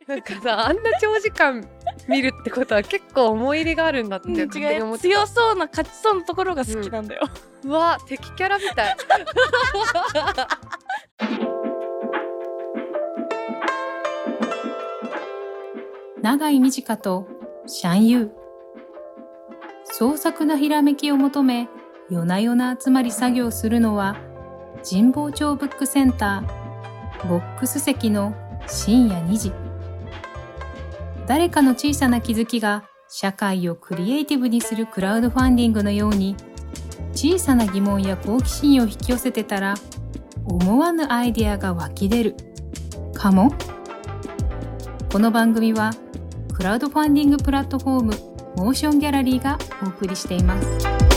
なんかさ、あんな長時間見るってことは結構思い入れがあるんだって勝手に思ってた。 強そうな勝ちそうなところが好きなんだよ、 うわ、敵キャラみたい。 永井美智香とシャンユー。創作なひらめきを求め、夜な夜な集まり作業するのは、神保町ブックセンター、ボックス席の深夜2時。誰かの小さな気づきが社会をクリエイティブにするクラウドファンディングのように、小さな疑問や好奇心を引き寄せてたら、思わぬアイデアが湧き出るかも。この番組はクラウドファンディングプラットフォームモーションギャラリーがお送りしています。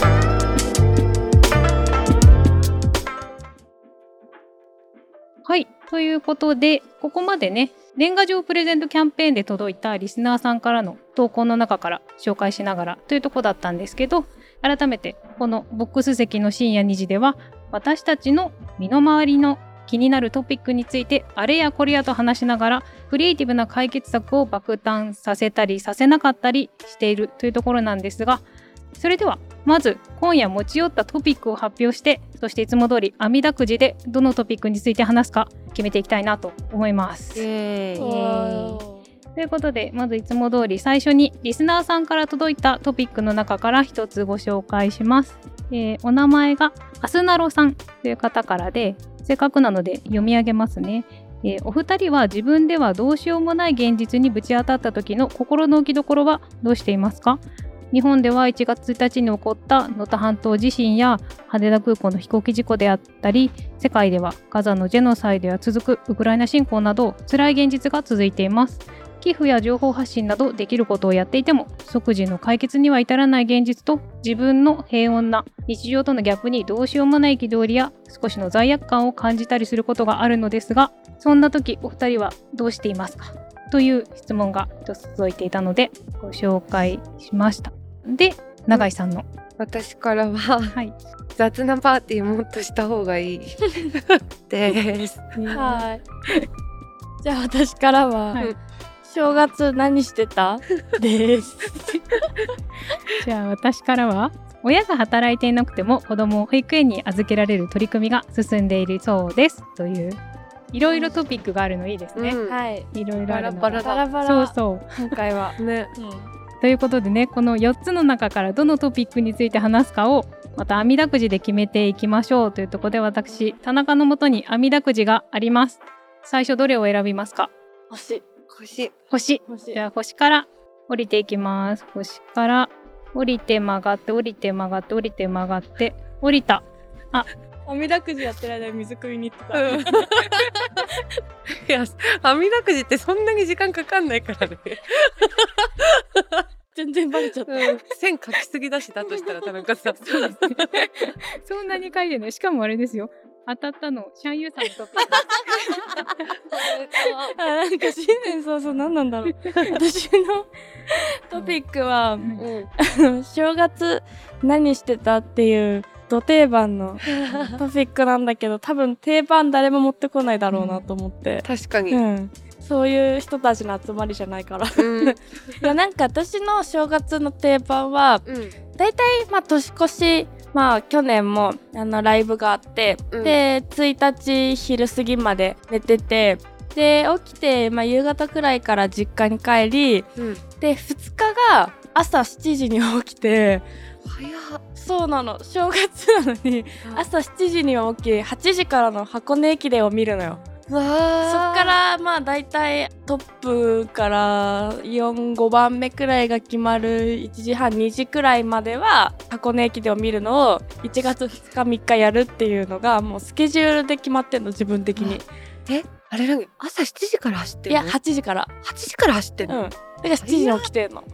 はい、ということでここまでね、年賀状プレゼントキャンペーンで届いたリスナーさんからの投稿の中から紹介しながらというところだったんですけど、改めてこのボックス席の深夜2時では、私たちの身の回りの気になるトピックについてあれやこれやと話しながら、クリエイティブな解決策を爆誕させたりさせなかったりしているというところなんですが、それではまず今夜持ち寄ったトピックを発表して、そしていつも通り網だくじでどのトピックについて話すか決めていきたいなと思います。ということで、まずいつも通り最初にリスナーさんから届いたトピックの中から一つご紹介します。お名前がアスナロさんという方からで、せっかくなので読み上げますね。お二人は自分ではどうしようもない現実にぶち当たった時の心の置きどころはどうしていますか？日本では1月1日に起こった能登半島地震や羽田空港の飛行機事故であったり、世界ではガザのジェノサイドや続くウクライナ侵攻など辛い現実が続いています。寄付や情報発信などできることをやっていても即時の解決には至らない現実と、自分の平穏な日常とのギャップにどうしようもない憤りや少しの罪悪感を感じたりすることがあるのですが、そんな時お二人はどうしていますか？という質問が一つ届いていたのでご紹介しました。で、永井さんの、 私からは、 はい、 雑なパーティーもっとした方がいいです。 はいじゃあ私からは、 はい、 正月何してたですじゃあ私からは、親が働いていなくても子供を保育園に預けられる取り組みが進んでいるそうですという、いろいろトピックがあるのいいですね、 はい、 いろいろあるのバラバラだ。 バラバラそうそう今回はね、 ということでね、この4つの中からどのトピックについて話すかをまた網だくじで決めていきましょうというところで、私田中のもとに網だくじがあります。最初どれを選びますか？ 星じゃあ星から降りていきます。星から降りて曲がって降りて曲がって降りて曲がって降りた。 網だくじやってる間に水食いに行ってた、 いや、網だくじってそんなに時間かかんないからね。 全然バレちゃった、 線書きすぎだし、だとしたら田中さん。 そんなに書いてない。しかもあれですよ、当たったのシャンユーさんのトピッなんか新年早々何なんだろう私のトピックは、正月何してたっていうド定番のトピックなんだけど、多分定番誰も持ってこないだろうなと思って、 確かに、 そういう人たちの集まりじゃないから、いやなんか私の正月の定番は、だいたい年越し、去年もライブがあって、で1日昼過ぎまで寝てて、で起きて、夕方くらいから実家に帰り、で2日が朝7時に起きて、 早っ。 そうなの、正月なのに朝7時に起き、8時からの箱根駅伝を見るのよ。そっからだいたいトップから4、5番目くらいが決まる1時半2時くらいまでは箱根駅伝を見るのを1月2日3日やるっていうのがもうスケジュールで決まってんの、自分的に。 あれなんか朝7時から走ってるの？ いや8時から走ってるの？ だから7時に起きてんの。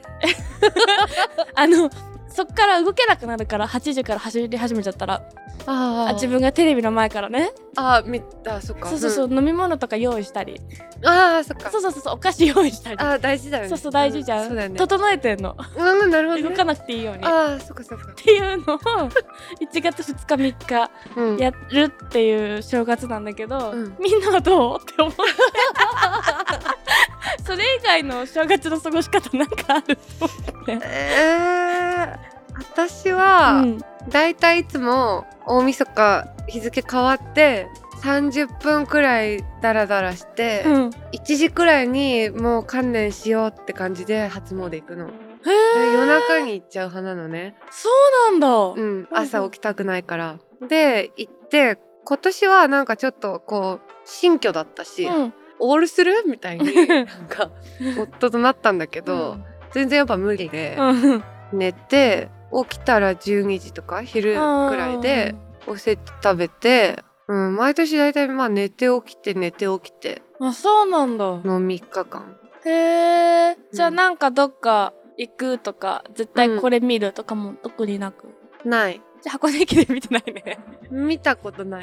そっから動けなくなるから、8時から走り始めちゃったら、自分がテレビの前からね、 そっか、 そう、飲み物とか用意したり、 そっか、 そうお菓子用意したり、 大事だよね。 そう大事じゃん、 そうだよね、 整えてんの。 なるほど、 動かなくていいように。 そっかっていうのを1月2日3日やるっていう正月なんだけど、みんなはどうって思って外の正月の過ごし方なんかある？ 私は、だいたいいつも大晦日日付変わって30分くらいダラダラして、1時くらいにもう観念しようって感じで初詣行くの。夜中に行っちゃう派なのね。 そうなんだ。朝起きたくないから。で行って、今年はなんかちょっとこう新居だったし、オールするみたいになんか夫となったんだけど、全然やっぱ無理で、寝て起きたら12時とか昼くらいでおせち食べて、毎年だいたい寝て起きてあ、そうなんだの3日間。 へえ。じゃあなんかどっか行くとか絶対これ見るとかも特になく？ ない。 じゃあ箱根駅伝見てないね。 見たことない。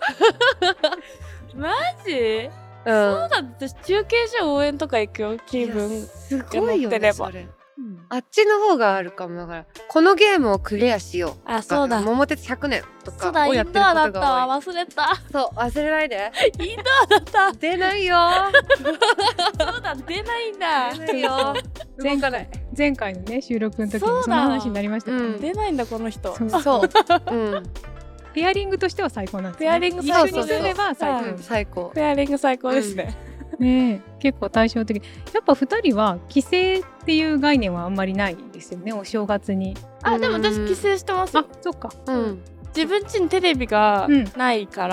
マジ？そうだって、中継所応援とか行くよ。気分すごいよねそれ。あっちの方があるかも。だからこのゲームをクリアしよう。 あ、そうだ。 桃鉄100年とかをやってることが多い。インドアだったわ。忘れた。 そう、忘れないで。 インドアだった。 出ないよ。 そうだ、出ないんだ。 出ないよ。 前回のね収録の時にその話になりましたからね。 出ないんだこの人。 そう。 ペアリングとしては最高なんですね。 ペアリング一緒にすれば最高。 ペアリング最高ですね。 ねえ、結構対照的。やっぱ2人は帰省っていう概念はあんまりないですよね、お正月に。 あ、でも私帰省してますよ。 あ、そっか。 自分家にテレビがないから、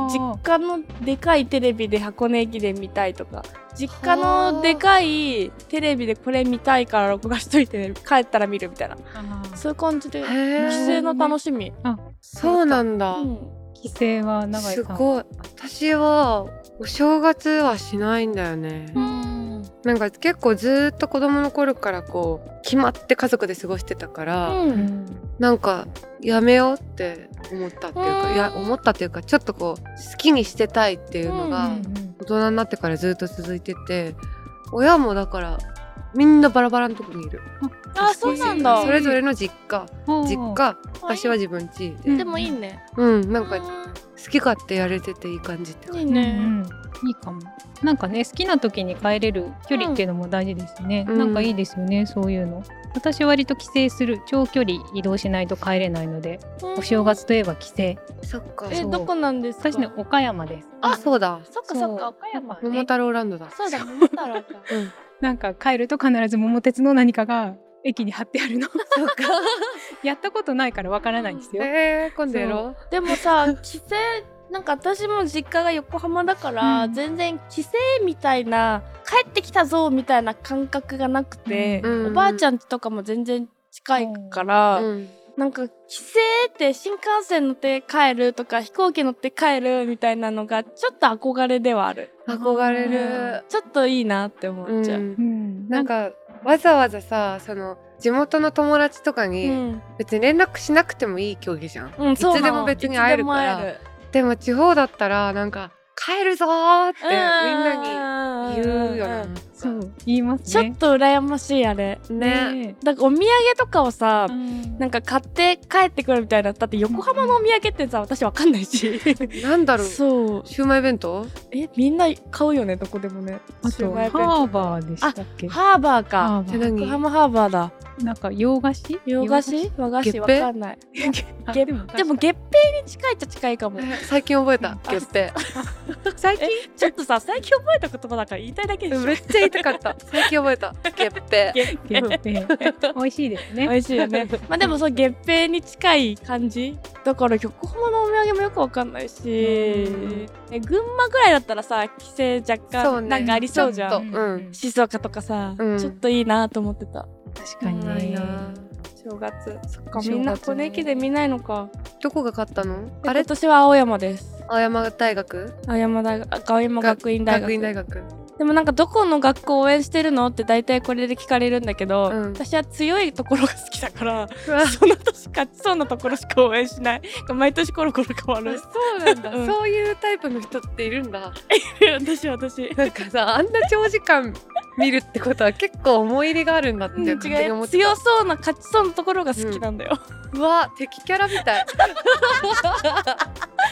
実家のでかいテレビで箱根駅伝見たいとか、実家のでかいテレビでこれ見たいから録画しといて、帰ったら見るみたいな、そういう感じで帰省の楽しみ。 あ、そうなんだ。 帰省は長井さん。 すごい。私はお正月はしないんだよね。なんか結構ずっと子供の頃からこう決まって家族で過ごしてたから、なんかやめようって思ったっていうか、ちょっとこう好きにしてたいっていうのが大人になってからずっと続いてて、親もだからみんなバラバラのとこにいる。 あ、そうなんだ。 それぞれの実家、私は自分家で。 でもいいね。 なんか好き勝手やれてていい感じって感じ。 いいね。 いいかも。なんかね、好きな時に帰れる距離っていうのも大事ですね。なんかいいですよね、そういうの。私は割と帰省する、長距離移動しないと帰れないので、お正月といえば帰省。 そっか。 どこなんですか？ 私ね、岡山です。 あ、そうだ。 そっかそっか、岡山。 桃太郎ランドだ。 そうだ、桃太郎か。 なんか帰ると必ず桃鉄の何かが駅に貼ってあるの。 そうか。 やったことないからわからないんですよ。 今度やろう。 でもさ、帰省なんか私も実家が横浜だから、全然帰省みたいな帰ってきたぞみたいな感覚がなくて、おばあちゃんとかも全然近いから、なんか帰省って新幹線乗って帰るとか飛行機乗って帰るみたいなのがちょっと憧れではある。 憧れる。 ちょっといいなって思っちゃう。 なんかわざわざさ、その地元の友達とかに別に連絡しなくてもいい競技じゃん。いつでも別に会えるから。でも地方だったらなんか帰るぞーってみんなに言うよな。 そう言いますね。 ちょっと羨ましいあれね。だからお土産とかをさ、なんか買って帰ってくるみたいな。だって横浜のお土産ってさ、私わかんないし。 なんだろう。 そう。 シウマイ弁当？ みんな買うよね、どこでもね。 あとハーバーでしたっけ？ ハーバーか。横浜ハーバーだ。 なんか洋菓子？ 和菓子わかんない。でも月餅に近いっちゃ近いかも。 最近覚えた月餅。 最近ちょっとさ、最近覚えた言葉だから言いたいだけでしょ。 めっちゃ言いたかった。最近覚えた月餅。美味しいですね。 美味しいよね。まあでもそう月餅に近い感じだから、横浜のお土産もよくわかんないし、群馬ぐらいだったらさ、帰省若干なんかありそうじゃん。静岡とかさ、ちょっといいなと思ってた。 確かにね。 正月。そっか、みんな箱根駅伝見ないのか。 どこが勝ったの？ あれ、私は青山です。 青山大学？ 青山学院大学。でもなんかどこの学校応援してるのって大体これで聞かれるんだけど、私は強いところが好きだから、その年勝ちそうなところしか応援しない。毎年コロコロ変わる。 そうなんだ。そういうタイプの人っているんだ。 私なんかさ、あんな長時間見るってことは結構思い入れがあるんだって勝手に思ってた。 強そうな勝ちそうなところが好きなんだよ。 うわ、敵キャラみたい。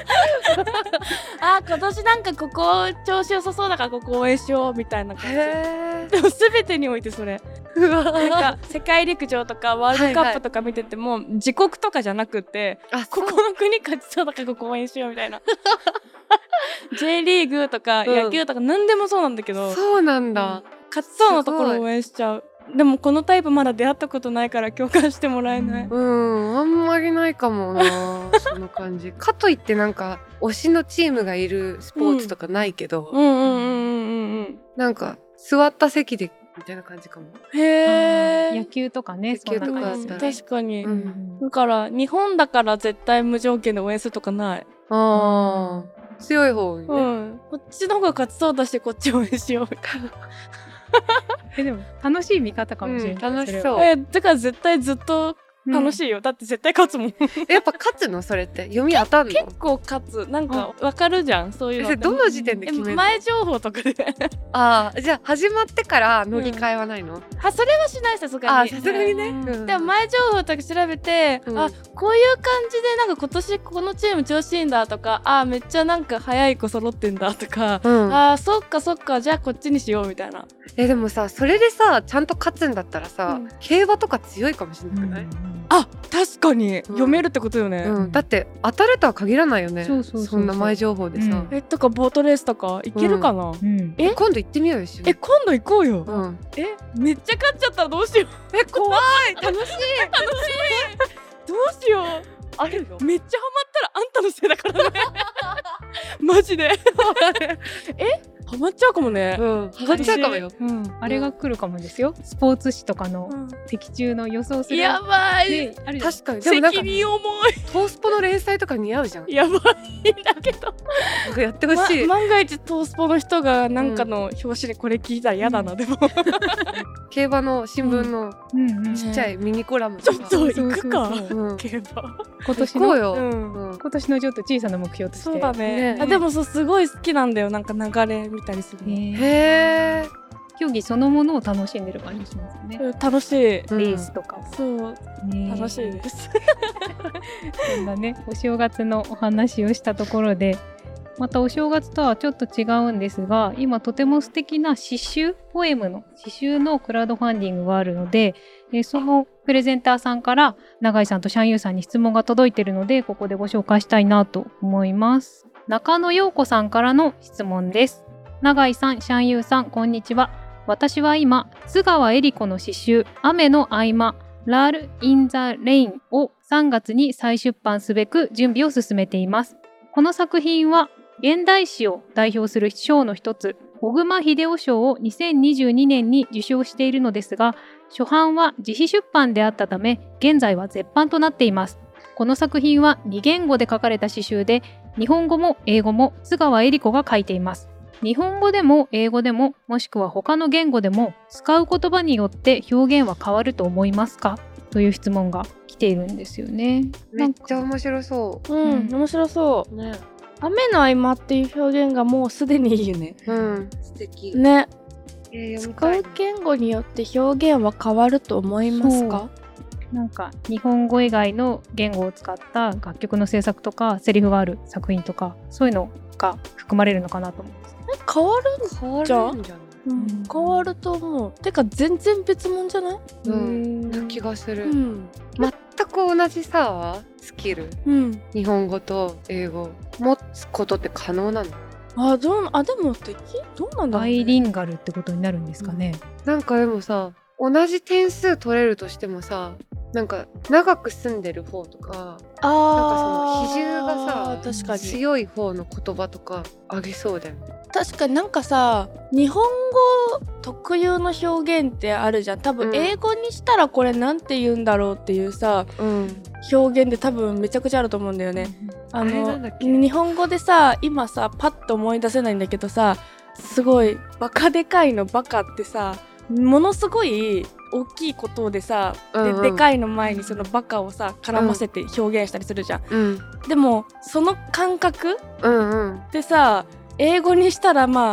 今年なんかここ調子良さそうだからここ応援しようみたいな感じ。でも全てにおいてそれ。なんか世界陸上とかワールドカップとか見てても、自国とかじゃなくて、ここの国勝ちそうだからここ応援しようみたいな。J リーグとか野球とか何でもそうなんだけど、 そうなんだ。 勝ちそうなところを応援しちゃう。でもこのタイプまだ出会ったことないから共感してもらえない。 あんまりないかもなその感じ。かといってなんか推しのチームがいるスポーツとかないけど、なんか座った席でみたいな感じかも。 野球とかね、 野球とかだったら確かに、だから日本だから絶対無条件で応援するとかない。 強い方にね、 こっちの方が勝ちそうだしこっち応援しようみたいな。 でも楽しい見方かもしれない。 楽しそう。 だから絶対ずっと楽しいよ、だって絶対勝つもん。 やっぱ勝つのそれって読み当たんの？ 結構勝つ。なんかわかるじゃん、そういうの。 どの時点で決めるの？ 前情報とかで。 じゃあ始まってから乃木会はないの？ それはしない、さすがに。 さすがにね。 でも前情報とか調べて、こういう感じでなんか今年このチーム調子いいんだとか、めっちゃなんか早い子揃ってんだとか、そっかそっか、じゃあこっちにしようみたいな。 でもさ、それでさちゃんと勝つんだったらさ、競馬とか強いかもしれなくない？ 確かに読めるってことよね、 だって当たるとは限らないよね。そんな前情報でさ、 とかボートレースとかいけるかな？ 今度行ってみようよ。 今度行こうよ。めっちゃ勝っちゃったらどうしよう。 怖い。楽しいどうしよう。 あるよ。 めっちゃハマったらあんたのせいだからね。マジで。ハマっちゃうかもね。 ハマっちゃうかもよ。 あれが来るかもですよ。スポーツ紙とかの的中の予想する。 やばい。 確かに。 でも責任重い。 トースポの連載とか似合うじゃん。 やばいんだけど。 やってほしい。 万が一トースポの人がなんかの表紙でこれ聞いたら嫌だな。でも。 競馬の新聞のちっちゃいミニコラムとか。ちょっと行くか。競馬。 今年のちょっと小さな目標として。 そうだね。でもすごい好きなんだよ。なんか流れ見たりする。 競技そのものを楽しんでる感じしますね。 楽しい。レースとか。 そう楽しいです。 そんなね、お正月のお話をしたところで、またお正月とはちょっと違うんですが、今とても素敵な詩集、ポエムの詩集のクラウドファンディングがあるので、そのプレゼンターさんから永井さんとシャンユーさんに質問が届いているので、ここでご紹介したいなと思います。中野陽子さんからの質問です。永井さん、シャンユーさん、こんにちは。私は今、津川恵理子の詩集、雨の合間、ラール・イン・ザ・レインを3月に再出版すべく準備を進めています。この作品は、現代詩を代表する賞の一つ、小熊秀夫賞を2022年に受賞しているのですが、初版は自費出版であったため、現在は絶版となっています。この作品は2言語で書かれた詩集で、日本語も英語も津川恵理子が書いています。日本語でも英語でも、もしくは他の言語でも、使う言葉によって表現は変わると思いますか？という質問が来ているんですよね。 めっちゃ面白そう。 面白そう。ね。雨の合間っていう表現がもうすでにいいよね。 素敵。 ね。使う言語によって表現は変わると思いますか？ なんか日本語以外の言語を使った楽曲の制作とかセリフがある作品とかそういうのが含まれるのかなと思います。 変わるんじゃない？変わると思う。てか全然別物じゃない？ な気がする。全く同じさスキル、日本語と英語持つことって可能なの？ でもどうなんだろうね。 バイリンガルってことになるんですかね。 なんかでもさ、同じ点数取れるとしてもさ、なんか長く住んでる方とか、なんかその比重がさ、確かに強い方の言葉とかあげそうだよね。 確かになんかさ、日本語特有の表現ってあるじゃん。多分英語にしたらこれなんて言うんだろうっていうさ、表現で多分めちゃくちゃあると思うんだよね。日本語でさ、今さパッと思い出せないんだけどさ、すごいバカでかいのバカってさ、ものすごい大きいことでさ、でかいの前にそのバカをさ絡ませて表現したりするじゃん。でもその感覚でさ、英語にしたらまあ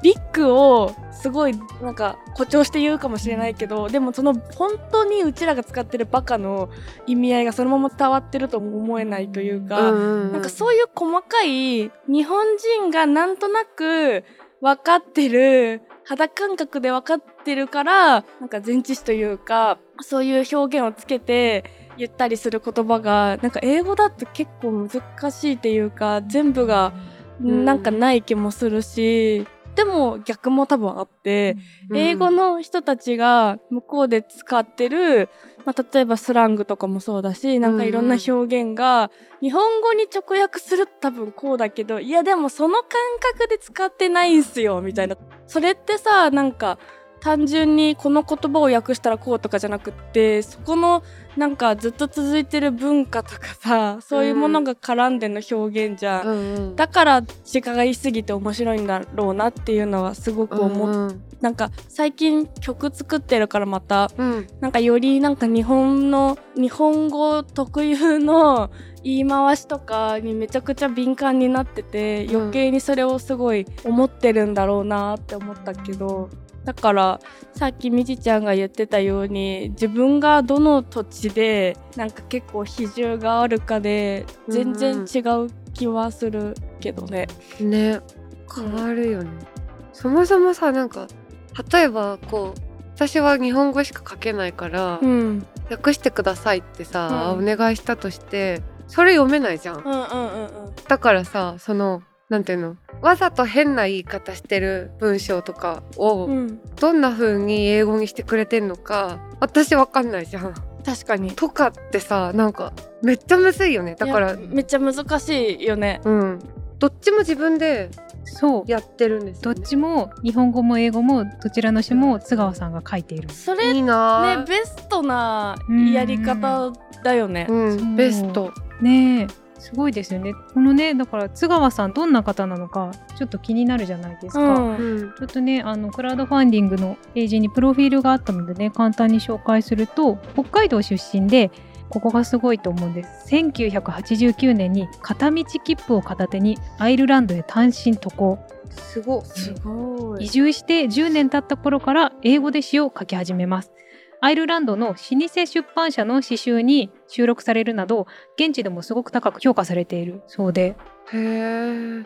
ビッグをすごいなんか誇張して言うかもしれないけど、でもその本当にうちらが使ってるバカの意味合いがそのまま伝わってるとも思えないというか、なんかそういう細かい日本人がなんとなく分かってる、肌感覚で分かってるから、なんか前置詞というかそういう表現をつけて言ったりする言葉がなんか英語だと結構難しいっていうか、全部がなんかない気もするし、でも逆も多分あって、英語の人たちが向こうで使ってる、例えばスラングとかもそうだし、なんかいろんな表現が日本語に直訳すると多分こうだけど、いやでもその感覚で使ってないんすよみたいな。それってさ、なんか単純にこの言葉を訳したらこうとかじゃなくって、そこのなんかずっと続いてる文化とかさ、そういうものが絡んでの表現じゃん、だから違いすぎて面白いんだろうなっていうのはすごく思う、なんか最近曲作ってるからまた、なんかよりなんか日本語特有の言い回しとかにめちゃくちゃ敏感になってて、余計にそれをすごい思ってるんだろうなって思ったけど、だからさっきみちちゃんが言ってたように、自分がどの土地でなんか結構比重があるかで全然違う気はするけどね。 ね、変わるよね。そもそもさ、なんか例えばこう私は日本語しか書けないから、訳してくださいってさ、お願いしたとしてそれ読めないじゃん。だからさ、そのなんていうの、わざと変な言い方してる文章とかをどんな風に英語にしてくれてんのか私わかんないじゃん。 確かに。 とかってさ、なんかめっちゃむずいよね。だからめっちゃ難しいよね。 どっちも自分でやってるんですよね。 どっちも日本語も英語もどちらの詩も津川さんが書いている。 それいいなね、ベストなやり方だよね。 ベストね。すごいですよね。このね、だから津川さんどんな方なのかちょっと気になるじゃないですか、ちょっとね、クラウドファンディングのページにプロフィールがあったのでね、簡単に紹介すると、北海道出身で、ここがすごいと思うんです。1989年に片道切符を片手にアイルランドへ単身渡航。 すごい。 移住して10年経った頃から英語で詩を書き始めます。アイルランドの老舗出版社の詩集に収録されるなど、現地でもすごく高く評価されているそうで。 へー。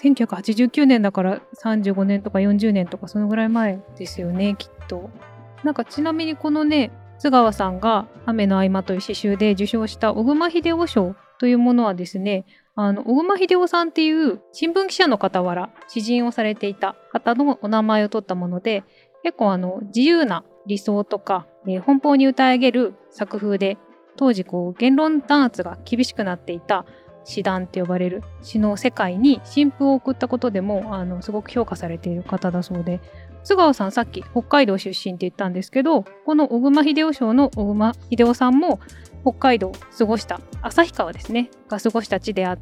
1989年だから35年とか40年とかそのぐらい前ですよね、きっと。なんかちなみにこのね、津川さんが雨の合間という詩集で受賞した小熊秀夫賞というものはですね、小熊秀夫さんっていう新聞記者の傍ら詩人をされていた方のお名前を取ったもので、結構自由な理想とか、奔放に歌い上げる作風で、当時言論弾圧が厳しくなっていた詩壇って呼ばれる詩の世界に新風を送ったことでもすごく評価されている方だそうで、津川さんさっき北海道出身って言ったんですけど、この小熊秀夫賞の小熊秀夫さんも北海道過ごした旭川ですねが過ごした地であって、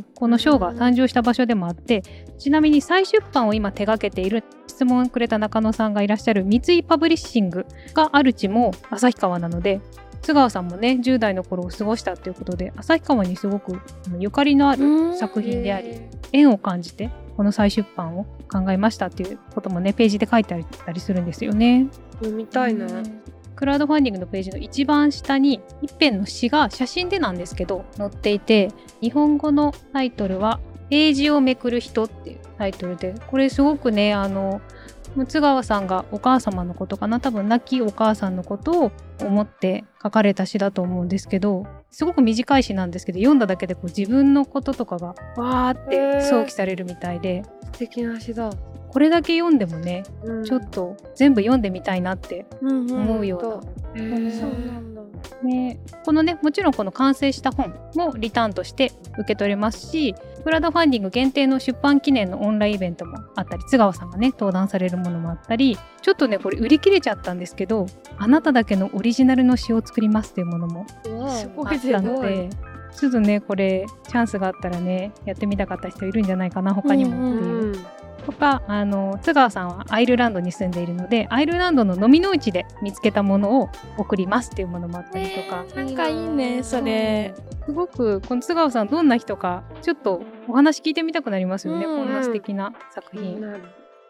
この賞が誕生した場所でもあって、ちなみに再出版を今手掛けている、質問をくれた中野さんがいらっしゃる三井パブリッシングがある地も旭川なので、津川さんもね10代の頃を過ごしたということで、旭川にすごくゆかりのある作品であり、縁を感じてこの再出版を考えましたっていうこともね、ページで書いてあったりするんですよね。 読みたいな。 クラウドファンディングのページの一番下に一編の詩が写真でなんですけど載っていて、日本語のタイトルはページをめくる人っていうタイトルで、これすごくね、津川さんがお母様のことかな、多分亡きお母さんのことを思って書かれた詩だと思うんですけど、すごく短い詩なんですけど、読んだだけで自分のこととかがわーって想起されるみたいで、 素敵な詩だ。 これだけ読んでもね、ちょっと全部読んでみたいなって思うような、 そうなんだね。このね、もちろんこの完成した本もリターンとして受け取れますし、クラウドファンディング限定の出版記念のオンラインイベントもあったり、津川さんがね登壇されるものもあったり、ちょっとねこれ売り切れちゃったんですけど、あなただけのオリジナルの詩を作りますっていうものもすごあったので、ちょっとねこれチャンスがあったらねやってみたかった人いるんじゃないかな、他にもっていう。とか、津川さんはアイルランドに住んでいるので、アイルランドの飲みの市で見つけたものを送りますっていうものもあったりとか、 なんかいいねそれ。 すごくこの津川さんどんな人かちょっとお話聞いてみたくなりますよね、こんな素敵な作品。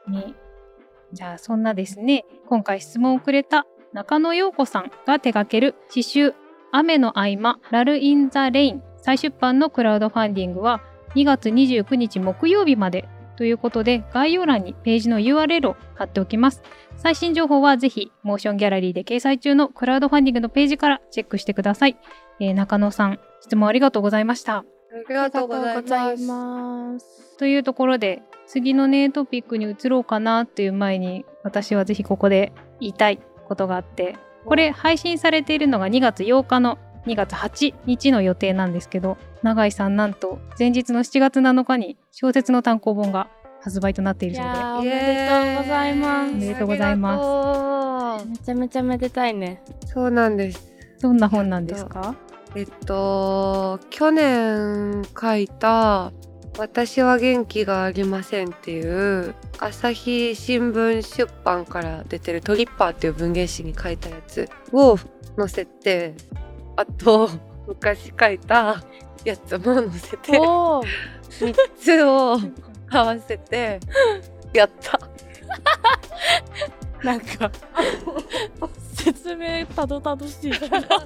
ね、じゃあそんなですね、今回質問をくれた中野陽子さんが手掛ける詩集雨の合間ラルインザレイン再出版のクラウドファンディングは2月29日木曜日までということで、概要欄にページの URL を貼っておきます。最新情報はぜひモーションギャラリーで掲載中のクラウドファンディングのページからチェックしてください。中野さん、質問ありがとうございました。 ありがとうございます。 というところで、次のねトピックに移ろうかなっていう前に、私はぜひここで言いたいことがあって、これ配信されているのが2月8日の2月8日の予定なんですけど、永井さんなんと前日の7月7日に小説の単行本が発売となっているそうで、 おめでとうございます。 おめでとうございます。 めちゃめちゃめでたいね。 そうなんです。 どんな本なんですか？ 去年書いた私は元気がありませんっていう朝日新聞出版から出てるトリッパーっていう文芸誌に書いたやつを載せて、あと昔書いたやつも載せて3つを合わせてやったなんか説明たどたどしい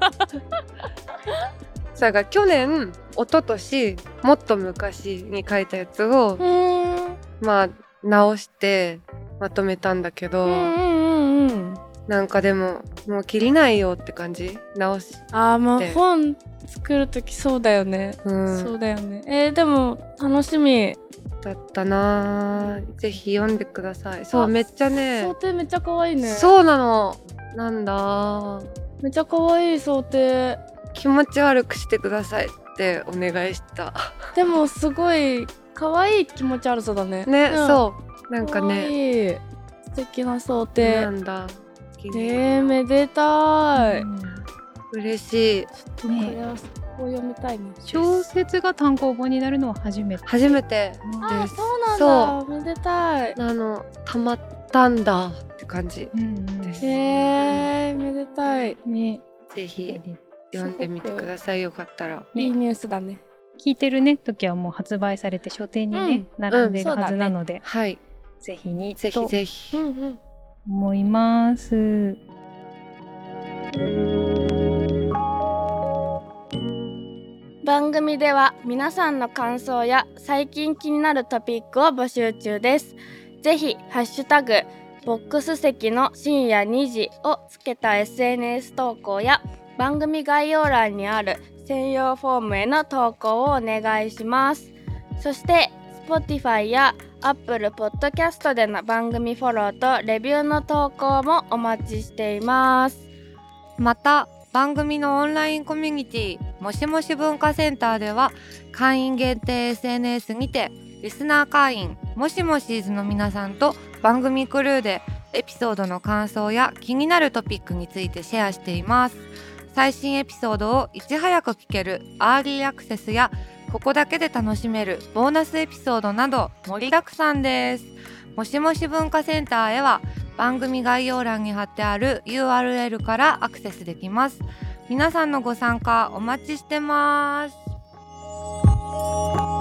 それが去年一昨年もっと昔に書いたやつをまあ直してまとめたんだけど、なんかでももう切りないよって感じ。直しもう本作るときそうだよね、そうだよね。でも楽しみだったな。ぜひ読んでください。そうめっちゃね、 想定めっちゃ可愛いね。 そうなの。なんだ、 めっちゃ可愛い想定。 気持ち悪くしてくださいってお願いした。 でもすごい可愛い気持ち悪さだね。 ね、そうなんかね、 素敵な想定なんだ。 めでたい、 嬉しい。 ちょっとこれは読みたいね。 小説が単行本になるのは初めてです。 そうなんだ。そうめでたい。 たまったんだって感じです。 めでたいね。 ぜひ読んでみてください。よかったら。 いいニュースだね。 聞いてるね時はもう発売されて書店にね、並んでいるはずなので、 はい、 ぜひにぜひぜひ思います。 番組では皆さんの感想や最近気になるトピックを募集中です。ぜひハッシュタグボックス席の深夜2時をつけた SNS 投稿や番組概要欄にある専用フォームへの投稿をお願いします。そして Spotify や Apple Podcast での番組フォローとレビューの投稿もお待ちしています。 また番組のオンラインコミュニティもしもし文化センターでは会員限定 SNS にてリスナー会員もしもしーずの皆さんと番組クルーでエピソードの感想や気になるトピックについてシェアしています。最新エピソードをいち早く聞けるアーリーアクセスやここだけで楽しめるボーナスエピソードなど盛りだくさんです。もしもし文化センターへは番組概要欄に貼ってある URL からアクセスできます。皆さんのご参加お待ちしてます。